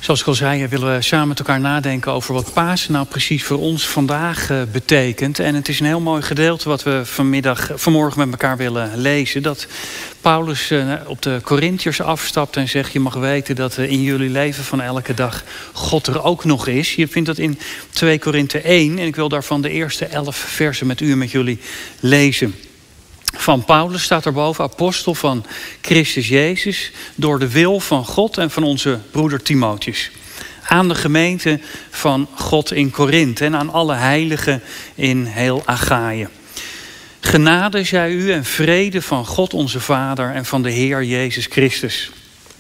Zoals ik al zei, willen we samen met elkaar nadenken over wat Pasen nou precies voor ons vandaag betekent. En het is een heel mooi gedeelte wat we vanmorgen met elkaar willen lezen. Dat Paulus op de Korintiërs afstapt en zegt: je mag weten dat in jullie leven van elke dag God er ook nog is. Je vindt dat in 2 Korinthe 1 en ik wil daarvan de eerste 11 versen met u en met jullie lezen. Van Paulus staat erboven: apostel van Christus Jezus, door de wil van God en van onze broeder Timotheus. Aan de gemeente van God in Korinthe en aan alle heiligen in heel Achaïe. Genade zij u en vrede van God onze Vader en van de Heer Jezus Christus.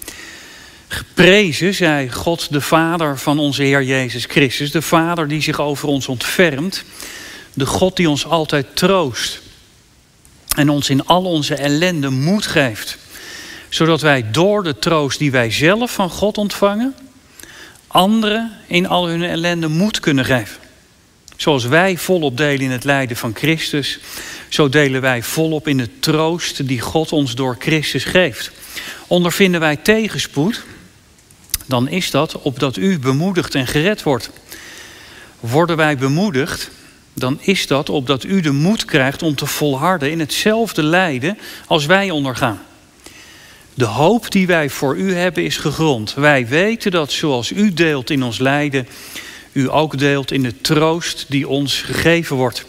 Geprezen zij God de Vader van onze Heer Jezus Christus, de Vader die zich over ons ontfermt, de God die ons altijd troost en ons in al onze ellende moed geeft, zodat wij door de troost die wij zelf van God ontvangen, anderen in al hun ellende moed kunnen geven. Zoals wij volop delen in het lijden van Christus, zo delen wij volop in de troost die God ons door Christus geeft. Ondervinden wij tegenspoed, dan is dat opdat u bemoedigd en gered wordt. Worden wij bemoedigd, dan is dat opdat u de moed krijgt om te volharden in hetzelfde lijden als wij ondergaan. De hoop die wij voor u hebben is gegrond. Wij weten dat zoals u deelt in ons lijden, u ook deelt in de troost die ons gegeven wordt.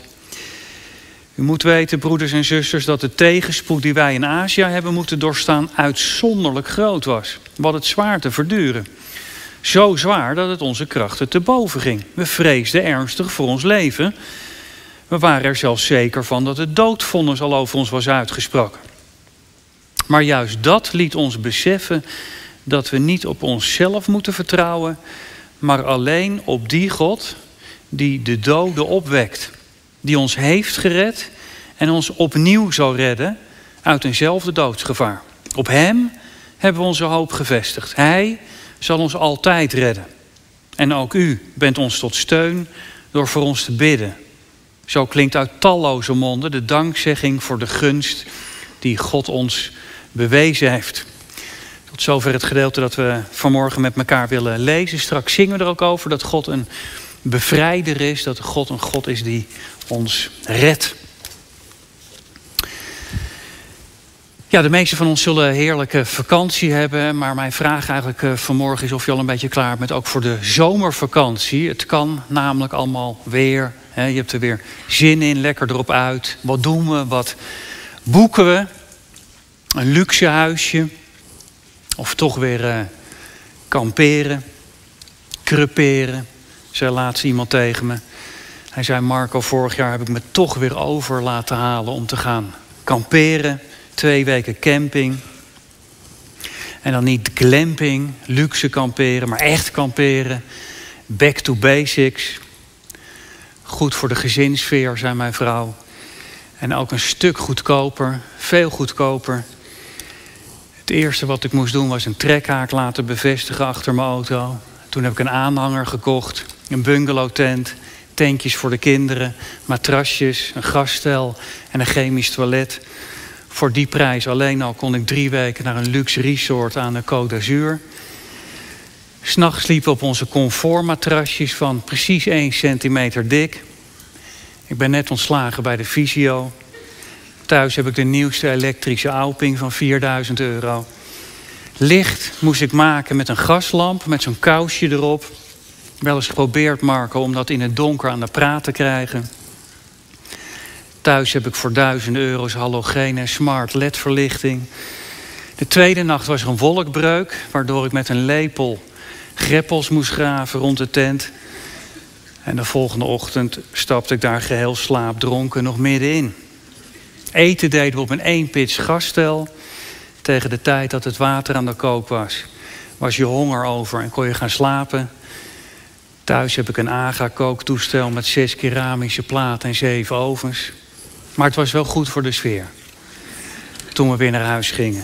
U moet weten, broeders en zusters, dat de tegenspoed die wij in Azië hebben moeten doorstaan uitzonderlijk groot was. We hadden het zwaar te verduren. Zo zwaar dat het onze krachten te boven ging. We vreesden ernstig voor ons leven. We waren er zelfs zeker van dat het doodvonnis al over ons was uitgesproken. Maar juist dat liet ons beseffen dat we niet op onszelf moeten vertrouwen, maar alleen op die God die de doden opwekt. Die ons heeft gered en ons opnieuw zal redden uit eenzelfde doodsgevaar. Op hem hebben we onze hoop gevestigd. Hij zal ons altijd redden. En ook u bent ons tot steun door voor ons te bidden. Zo klinkt uit talloze monden de dankzegging voor de gunst die God ons bewezen heeft. Tot zover het gedeelte dat we vanmorgen met elkaar willen lezen. Straks zingen we er ook over dat God een bevrijder is. Dat God een God is die ons redt. Ja, de meesten van ons zullen heerlijke vakantie hebben. Maar mijn vraag eigenlijk vanmorgen is of je al een beetje klaar bent met ook voor de zomervakantie. Het kan namelijk allemaal weer. Hè, je hebt er weer zin in, lekker erop uit. Wat doen we? Wat boeken we? Een luxe huisje. Of toch weer kamperen. Creperen. Zei laatst iemand tegen me. Hij zei: Marco, vorig jaar heb ik me toch weer over laten halen om te gaan kamperen. 2 weken camping. En dan niet glamping, luxe kamperen, maar echt kamperen. Back to basics. Goed voor de gezinssfeer, zei mijn vrouw. En ook een stuk goedkoper, veel goedkoper. Het eerste wat ik moest doen was een trekhaak laten bevestigen achter mijn auto. Toen heb ik een aanhanger gekocht, een bungalowtent, tentjes voor de kinderen, matrasjes, een gasstel en een chemisch toilet. Voor die prijs alleen al kon ik 3 weken naar een luxe resort aan de Côte d'Azur. 'S Nachts sliepen we op onze comfortmatrasjes van precies 1 centimeter dik. Ik ben net ontslagen bij de fysio. Thuis heb ik de nieuwste elektrische Alping van €4000. Licht moest ik maken met een gaslamp, met zo'n kousje erop. Wel eens geprobeerd, Marco, om dat in het donker aan de praat te krijgen. Thuis heb ik voor €1000 halogene smart LED-verlichting. De tweede nacht was er een wolkbreuk, waardoor ik met een lepel greppels moest graven rond de tent. En de volgende ochtend stapte ik daar geheel slaapdronken nog middenin. Eten deden we op een 1-pitch gasstel. Tegen de tijd dat het water aan de kook was je honger over en kon je gaan slapen. Thuis heb ik een AGA-kooktoestel met 6 keramische platen en 7 ovens. Maar het was wel goed voor de sfeer. Toen we weer naar huis gingen.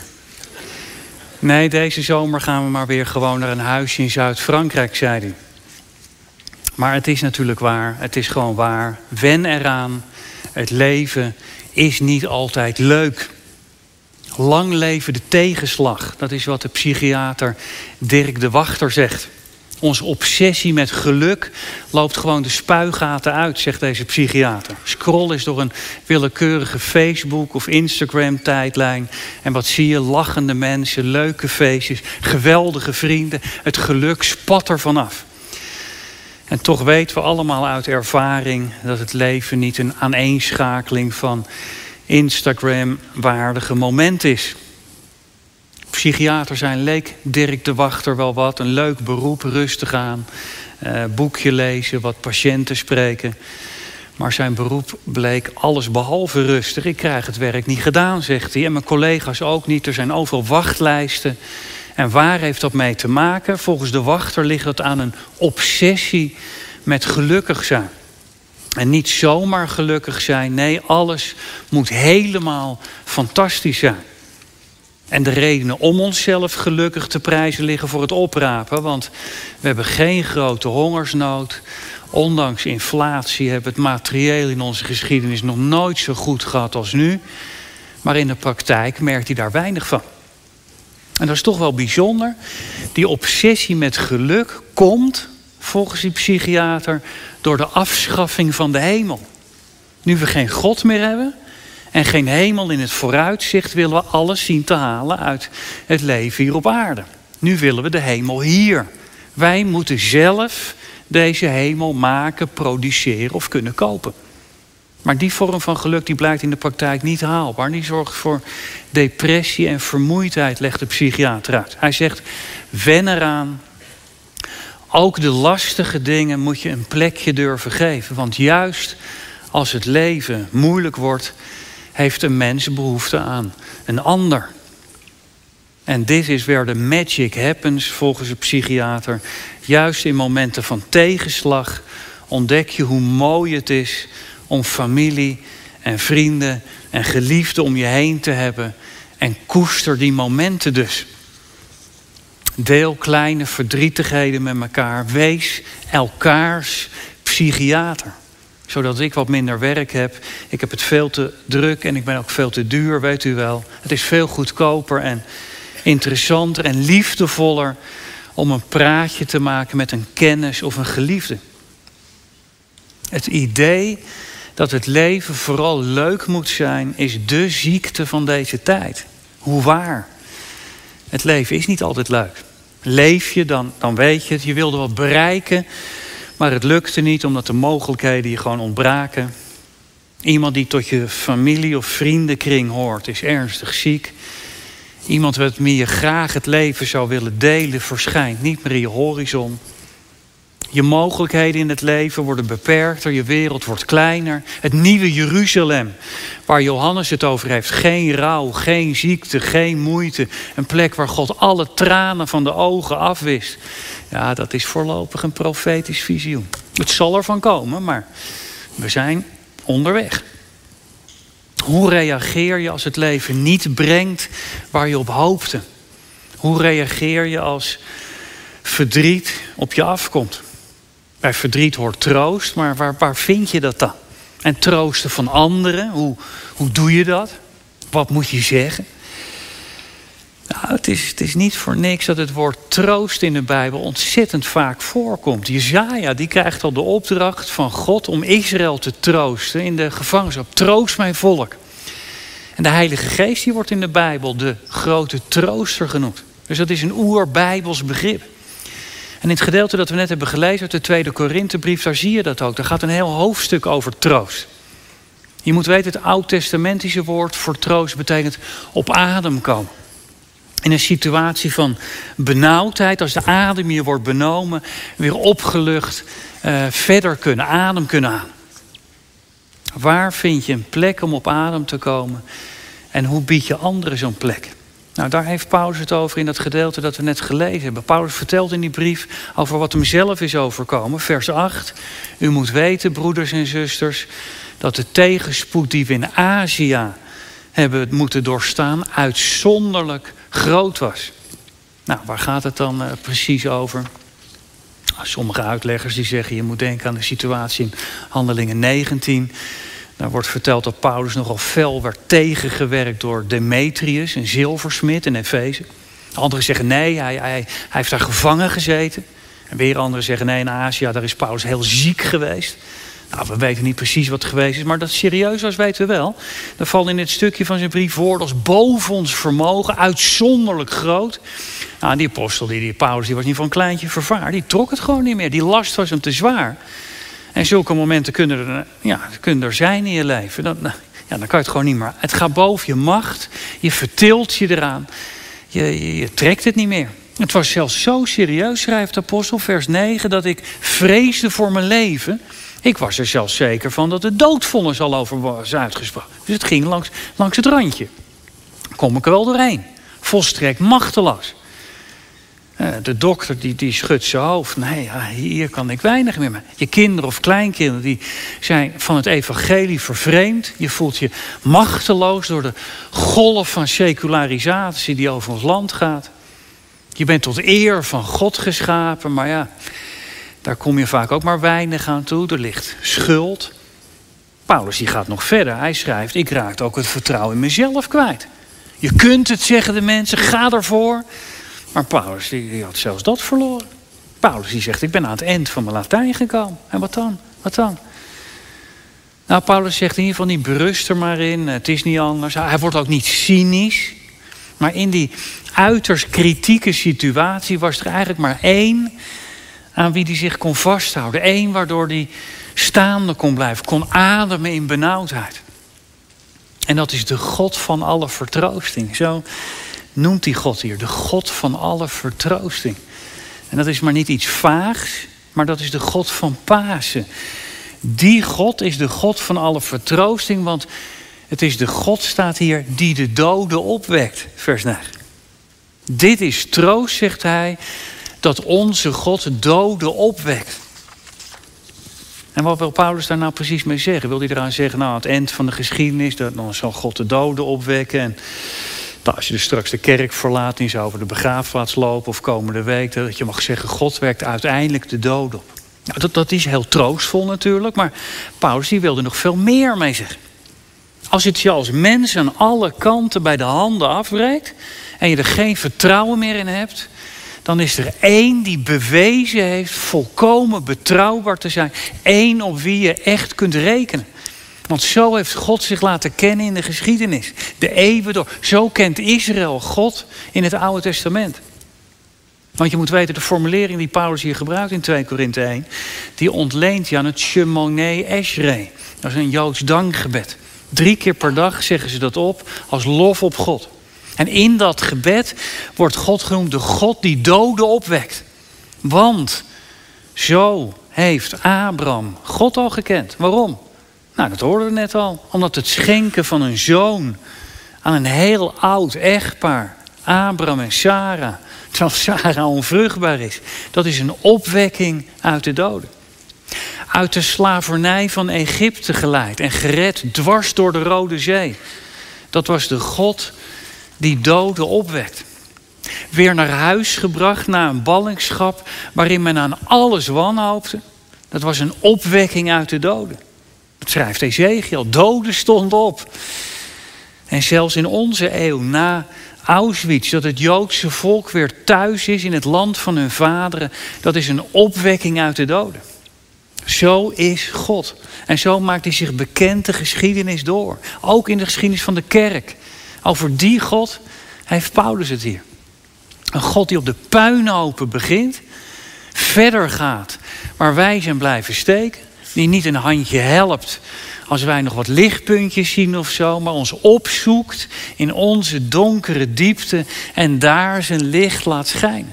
Nee, deze zomer gaan we maar weer gewoon naar een huisje in Zuid-Frankrijk, zei hij. Maar het is natuurlijk waar. Het is gewoon waar. Wen eraan. Het leven is niet altijd leuk. Lang leven de tegenslag. Dat is wat de psychiater Dirk de Wachter zegt. Onze obsessie met geluk loopt gewoon de spuigaten uit, zegt deze psychiater. Scroll eens door een willekeurige Facebook of Instagram tijdlijn. En wat zie je? Lachende mensen, leuke feestjes, geweldige vrienden. Het geluk spat er vanaf. En toch weten we allemaal uit ervaring dat het leven niet een aaneenschakeling van Instagram-waardige momenten is. Psychiater zijn leek Dirk de Wachter wel wat. Een leuk beroep, rustig aan. Boekje lezen, wat patiënten spreken. Maar zijn beroep bleek alles behalve rustig. Ik krijg het werk niet gedaan, zegt hij. En mijn collega's ook niet. Er zijn overal wachtlijsten. En waar heeft dat mee te maken? Volgens de Wachter ligt het aan een obsessie met gelukkig zijn. En niet zomaar gelukkig zijn. Nee, alles moet helemaal fantastisch zijn. En de redenen om onszelf gelukkig te prijzen liggen voor het oprapen. Want we hebben geen grote hongersnood. Ondanks inflatie hebben we het materieel in onze geschiedenis nog nooit zo goed gehad als nu. Maar in de praktijk merkt hij daar weinig van. En dat is toch wel bijzonder. Die obsessie met geluk komt, volgens die psychiater, door de afschaffing van de hemel. Nu we geen God meer hebben en geen hemel in het vooruitzicht, willen we alles zien te halen uit het leven hier op aarde. Nu willen we de hemel hier. Wij moeten zelf deze hemel maken, produceren of kunnen kopen. Maar die vorm van geluk die blijkt in de praktijk niet haalbaar. Die zorgt voor depressie en vermoeidheid, legt de psychiater uit. Hij zegt, wen eraan. Ook de lastige dingen moet je een plekje durven geven. Want juist als het leven moeilijk wordt, heeft een mens behoefte aan een ander. En dit is where the magic happens, volgens de psychiater. Juist in momenten van tegenslag ontdek je hoe mooi het is om familie en vrienden en geliefden om je heen te hebben. En koester die momenten dus. Deel kleine verdrietigheden met elkaar. Wees elkaars psychiater. Zodat ik wat minder werk heb. Ik heb het veel te druk en ik ben ook veel te duur, weet u wel. Het is veel goedkoper en interessanter en liefdevoller om een praatje te maken met een kennis of een geliefde. Het idee dat het leven vooral leuk moet zijn, is de ziekte van deze tijd. Hoe waar. Het leven is niet altijd leuk. Leef je, dan weet je het. Je wilde wat bereiken, maar het lukte niet omdat de mogelijkheden je gewoon ontbraken. Iemand die tot je familie of vriendenkring hoort, is ernstig ziek. Iemand met wie je graag het leven zou willen delen, verschijnt niet meer in je horizon. Je mogelijkheden in het leven worden beperkter, je wereld wordt kleiner. Het nieuwe Jeruzalem, waar Johannes het over heeft. Geen rouw, geen ziekte, geen moeite. Een plek waar God alle tranen van de ogen afwist. Ja, dat is voorlopig een profetisch visioen. Het zal ervan komen, maar we zijn onderweg. Hoe reageer je als het leven niet brengt waar je op hoopte? Hoe reageer je als verdriet op je afkomt? Bij verdriet hoort troost, maar waar vind je dat dan? En troosten van anderen, hoe doe je dat? Wat moet je zeggen? Nou, het is niet voor niks dat het woord troost in de Bijbel ontzettend vaak voorkomt. Jesaja die krijgt al de opdracht van God om Israël te troosten in de gevangenschap. Troost mijn volk. En de Heilige Geest die wordt in de Bijbel de grote trooster genoemd. Dus dat is een oer-Bijbels begrip. En in het gedeelte dat we net hebben gelezen uit de Tweede Korinthebrief, daar zie je dat ook. Daar gaat een heel hoofdstuk over troost. Je moet weten, het oud-testamentische woord voor troost betekent op adem komen. In een situatie van benauwdheid, als de adem je wordt benomen, weer opgelucht, verder kunnen, adem kunnen aan. Waar vind je een plek om op adem te komen? En hoe bied je anderen zo'n plek? Nou, daar heeft Paulus het over in dat gedeelte dat we net gelezen hebben. Paulus vertelt in die brief over wat hem zelf is overkomen. Vers 8. U moet weten, broeders en zusters, dat de tegenspoed die we in Azië hebben moeten doorstaan uitzonderlijk groot was. Nou, waar gaat het dan precies over? Sommige uitleggers die zeggen, je moet denken aan de situatie in Handelingen 19. Daar wordt verteld dat Paulus nogal fel werd tegengewerkt door Demetrius, een zilversmid in Efeze. Anderen zeggen nee, hij heeft daar gevangen gezeten. En weer anderen zeggen, nee, in Azië, daar is Paulus heel ziek geweest. Nou, we weten niet precies wat het geweest is, maar dat serieus was, weten we wel. Er valt in dit stukje van zijn brief woorden als boven ons vermogen, uitzonderlijk groot. Nou, die apostel, die Paulus, die was niet van een kleintje vervaard. Die trok het gewoon niet meer. Die last was hem te zwaar. En zulke momenten kunnen er zijn in je leven. Dan kan je het gewoon niet meer. Het gaat boven je macht. Je vertilt je eraan. Je trekt het niet meer. Het was zelfs zo serieus, schrijft de apostel, vers 9, dat ik vreesde voor mijn leven. Ik was er zelfs zeker van dat het doodvonnis al over was uitgesproken. Dus het ging langs het randje. Kom ik er wel doorheen. Volstrekt machteloos. De dokter die schudt zijn hoofd. Nee, hier kan ik weinig meer mee. Je kinderen of kleinkinderen die zijn van het evangelie vervreemd. Je voelt je machteloos door de golf van secularisatie die over ons land gaat. Je bent tot eer van God geschapen, maar ja, daar kom je vaak ook maar weinig aan toe. Er ligt schuld. Paulus die gaat nog verder. Hij schrijft, ik raakte ook het vertrouwen in mezelf kwijt. Je kunt het, zeggen de mensen, ga ervoor. Maar Paulus die had zelfs dat verloren. Paulus die zegt, ik ben aan het eind van mijn Latijn gekomen. En wat dan? Wat dan? Nou, Paulus zegt in ieder geval niet, berust er maar in. Het is niet anders. Hij wordt ook niet cynisch. Maar in die uiterst kritieke situatie was er eigenlijk maar één aan wie hij zich kon vasthouden. Eén waardoor hij staande kon blijven, kon ademen in benauwdheid. En dat is de God van alle vertroosting. Zo noemt hij God hier, de God van alle vertroosting. En dat is maar niet iets vaags, maar dat is de God van Pasen. Die God is de God van alle vertroosting, want het is de God, staat hier, die de doden opwekt, vers 9. Dit is troost, zegt hij, dat onze God doden opwekt. En wat wil Paulus daar nou precies mee zeggen? Wil hij eraan zeggen, nou aan het eind van de geschiedenis, dan zal God de doden opwekken. En als je dus straks de kerk verlaat en je zou over de begraafplaats lopen of komende week, dat je mag zeggen, God werkt uiteindelijk de doden op. Nou, dat is heel troostvol natuurlijk, maar Paulus die wilde nog veel meer mee zeggen. Als het je als mens aan alle kanten bij de handen afbreekt en je er geen vertrouwen meer in hebt, dan is er één die bewezen heeft volkomen betrouwbaar te zijn. Eén op wie je echt kunt rekenen. Want zo heeft God zich laten kennen in de geschiedenis. De eeuwen door. Zo kent Israël God in het Oude Testament. Want je moet weten, de formulering die Paulus hier gebruikt in 2 Korinthe 1... die ontleent je aan het Shemoneh Esrei. Dat is een Joods dankgebed. 3 keer per dag zeggen ze dat op als lof op God. En in dat gebed wordt God genoemd de God die doden opwekt. Want zo heeft Abraham God al gekend. Waarom? Nou, dat hoorden we net al. Omdat het schenken van een zoon aan een heel oud echtpaar, Abraham en Sarah, terwijl Sarah onvruchtbaar is, dat is een opwekking uit de doden. Uit de slavernij van Egypte geleid en gered dwars door de Rode Zee. Dat was de God die doden opwekt. Weer naar huis gebracht na een ballingschap waarin men aan alles wanhoopte. Dat was een opwekking uit de doden. Dat schrijft Ezekiel. Doden stonden op. En zelfs in onze eeuw, na Auschwitz, dat het Joodse volk weer thuis is in het land van hun vaderen, dat is een opwekking uit de doden. Zo is God. En zo maakt hij zich bekend de geschiedenis door. Ook in de geschiedenis van de kerk. Over die God heeft Paulus het hier. Een God die op de puinhopen begint, verder gaat waar wij zijn blijven steken. Die niet een handje helpt als wij nog wat lichtpuntjes zien of zo, maar ons opzoekt in onze donkere diepte en daar zijn licht laat schijnen.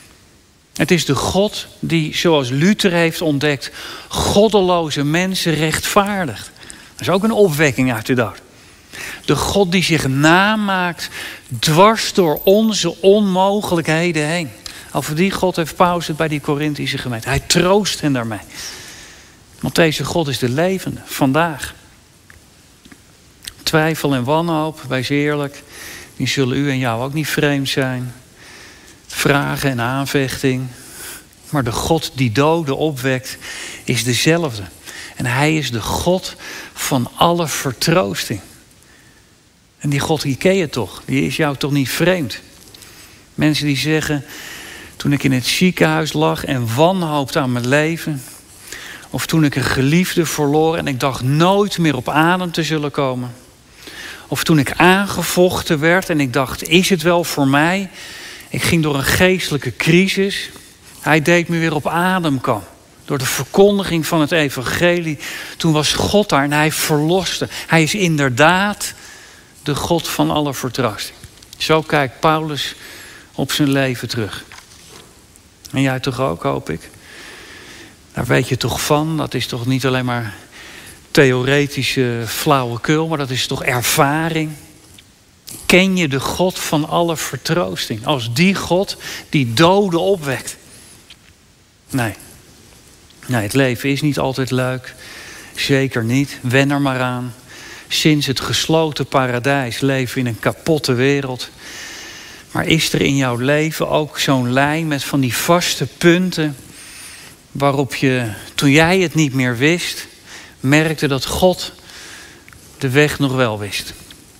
Het is de God die, zoals Luther heeft ontdekt, goddeloze mensen rechtvaardigt. Dat is ook een opwekking uit de dood. De God die zich namaakt dwars door onze onmogelijkheden heen. Over die God heeft Paulus het bij die Korinthische gemeente. Hij troost hen daarmee. Want deze God is de levende, vandaag. Twijfel en wanhoop, wees eerlijk, die zullen u en jou ook niet vreemd zijn. Vragen en aanvechting. Maar de God die doden opwekt, is dezelfde. En hij is de God van alle vertroosting. En die God, die ken je toch? Die is jou toch niet vreemd? Mensen die zeggen, Toen ik in het ziekenhuis lag en wanhoopte aan mijn leven. Of toen ik een geliefde verloor en ik dacht nooit meer op adem te zullen komen. Of toen ik aangevochten werd en ik dacht, is het wel voor mij? Ik ging door een geestelijke crisis. Hij deed me weer op adem komen. Door de verkondiging van het evangelie. Toen was God daar en hij verloste. Hij is inderdaad de God van alle vertroosting. Zo kijkt Paulus op zijn leven terug. En jij toch ook, hoop ik. Daar weet je toch van. Dat is toch niet alleen maar theoretische flauwekul, maar dat is toch ervaring. Ken je de God van alle vertroosting? Als die God die doden opwekt. Nee, het leven is niet altijd leuk. Zeker niet. Wen er maar aan. Sinds het gesloten paradijs leven we in een kapotte wereld. Maar is er in jouw leven ook zo'n lijn met van die vaste punten waarop je, toen jij het niet meer wist, merkte dat God de weg nog wel wist?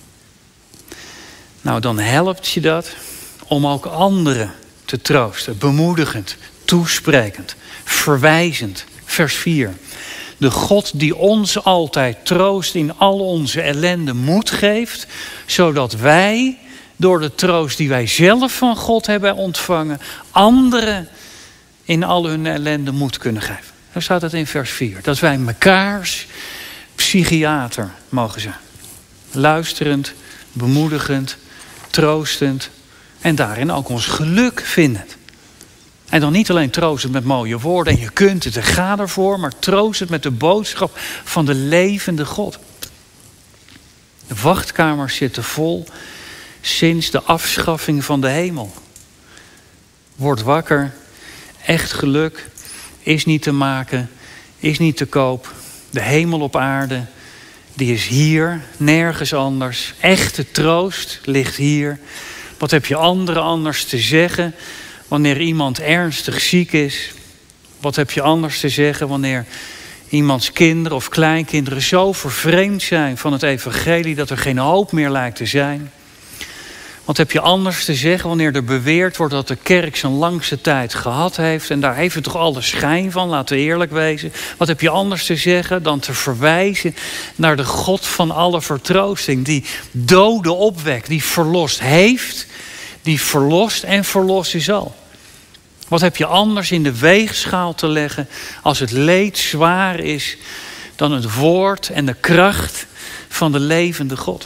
Nou, dan helpt je dat om ook anderen te troosten. Bemoedigend, toesprekend, verwijzend. Vers 4. De God die ons altijd troost in al onze ellende moed geeft, zodat wij door de troost die wij zelf van God hebben ontvangen, anderen in al hun ellende moed kunnen geven. Zo staat het in vers 4. Dat wij mekaars psychiater mogen zijn. Luisterend, bemoedigend, troostend en daarin ook ons geluk vindend. En dan niet alleen troostend met mooie woorden en je kunt het en ga ervoor, maar troostend met de boodschap van de levende God. De wachtkamers zitten vol sinds de afschaffing van de hemel. Word wakker, echt geluk is niet te maken, is niet te koop. De hemel op aarde, die is hier, nergens anders. Echte troost ligt hier. Wat heb je anderen anders te zeggen wanneer iemand ernstig ziek is? Wat heb je anders te zeggen wanneer iemands kinderen of kleinkinderen zo vervreemd zijn van het evangelie dat er geen hoop meer lijkt te zijn? Wat heb je anders te zeggen wanneer er beweerd wordt dat de kerk zijn langste tijd gehad heeft? En daar heeft het toch alle schijn van, laten we eerlijk wezen. Wat heb je anders te zeggen dan te verwijzen naar de God van alle vertroosting? Die doden opwekt, die verlost heeft, die verlost en verlossen zal. Wat heb je anders in de weegschaal te leggen als het leed zwaar is dan het woord en de kracht van de levende God?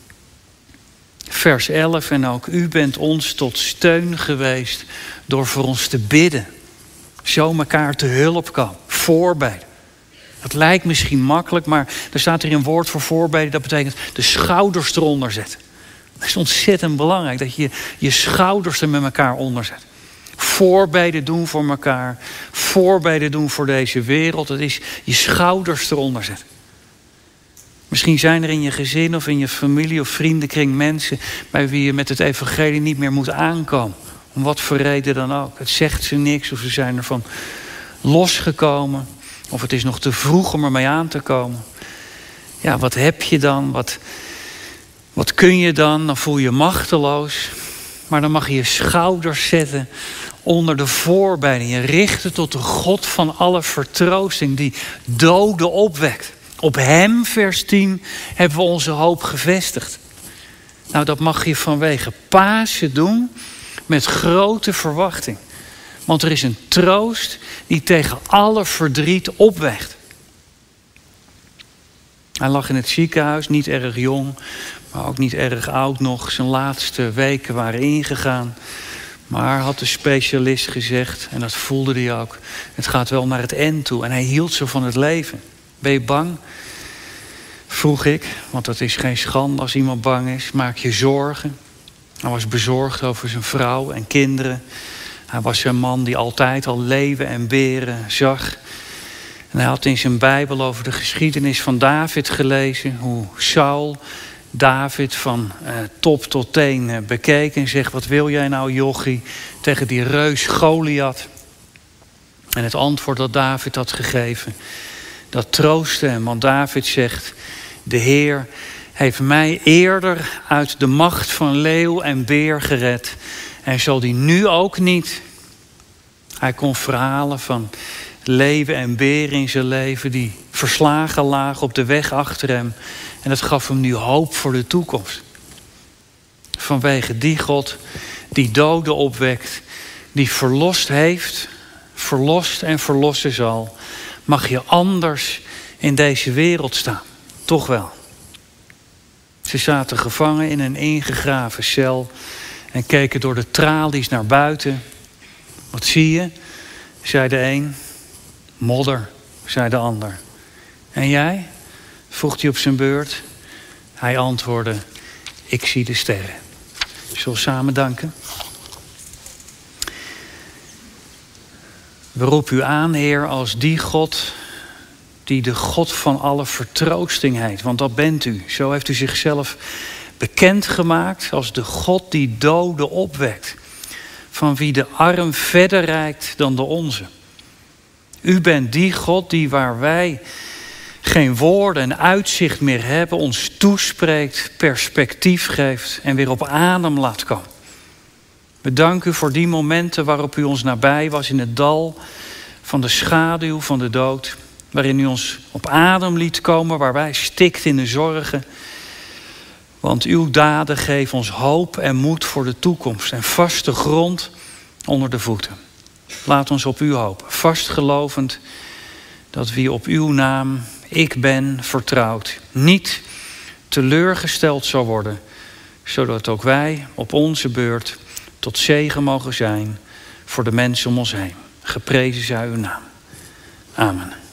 Vers 11, en ook u bent ons tot steun geweest door voor ons te bidden. Zo elkaar te hulp komen. Voorbeden. Dat lijkt misschien makkelijk, maar er staat hier een woord voor voorbeden. Dat betekent de schouders eronder zetten. Dat is ontzettend belangrijk, dat je je schouders er met elkaar onder zet. Voorbeden doen voor elkaar. Voorbeden doen voor deze wereld. Dat is je schouders eronder zetten. Misschien zijn er in je gezin of in je familie of vriendenkring mensen bij wie je met het evangelie niet meer moet aankomen. Om wat voor reden dan ook. Het zegt ze niks of ze zijn ervan losgekomen. Of het is nog te vroeg om ermee aan te komen. Ja, wat heb je dan? Wat kun je dan? Dan voel je je machteloos. Maar dan mag je je schouders zetten onder de voorbeden. Je richten tot de God van alle vertroosting die doden opwekt. Op hem, vers 10, hebben we onze hoop gevestigd. Nou, dat mag je vanwege Pasen doen met grote verwachting. Want er is een troost die tegen alle verdriet opweegt. Hij lag in het ziekenhuis, niet erg jong, maar ook niet erg oud nog. Zijn laatste weken waren ingegaan. Maar had de specialist gezegd, en dat voelde hij ook, het gaat wel naar het eind toe. En hij hield zo van het leven. Ben je bang? Vroeg ik, want dat is geen schande als iemand bang is. Maak je zorgen. Hij was bezorgd over zijn vrouw en kinderen. Hij was een man die altijd al leeuwen en beren zag. En hij had in zijn Bijbel over de geschiedenis van David gelezen. Hoe Saul David van top tot teen bekeek en zegt: wat wil jij nou, jochie, tegen die reus Goliath? En het antwoord dat David had gegeven, dat troostte hem. Want David zegt: de Heer heeft mij eerder uit de macht van leeuw en beer gered. En zal die nu ook niet Hij kon verhalen van leeuwen en beren in zijn leven die verslagen lagen op de weg achter hem. En dat gaf hem nu hoop voor de toekomst. Vanwege die God die doden opwekt, die verlost heeft, verlost en verlossen zal, mag je anders in deze wereld staan. Toch wel. Ze zaten gevangen in een ingegraven cel en keken door de tralies naar buiten. Wat zie je? Zei de een. Modder, zei de ander. En jij? Vroeg hij op zijn beurt. Hij antwoordde, ik zie de sterren. Zullen we samen danken? We roepen u aan, Heer, als die God die de God van alle vertroosting heet. Want dat bent u. Zo heeft u zichzelf bekendgemaakt als de God die doden opwekt. Van wie de arm verder reikt dan de onze. U bent die God die waar wij geen woorden en uitzicht meer hebben, ons toespreekt, perspectief geeft en weer op adem laat komen. We danken u voor die momenten waarop u ons nabij was in het dal van de schaduw van de dood. Waarin u ons op adem liet komen, waar wij stikten in de zorgen. Want uw daden geven ons hoop en moed voor de toekomst en vaste grond onder de voeten. Laat ons op u hopen, vastgelovend dat wie op uw naam, ik ben, vertrouwt, niet teleurgesteld zal worden, zodat ook wij op onze beurt tot zegen mogen zijn voor de mensen om ons heen. Geprezen zij uw naam. Amen.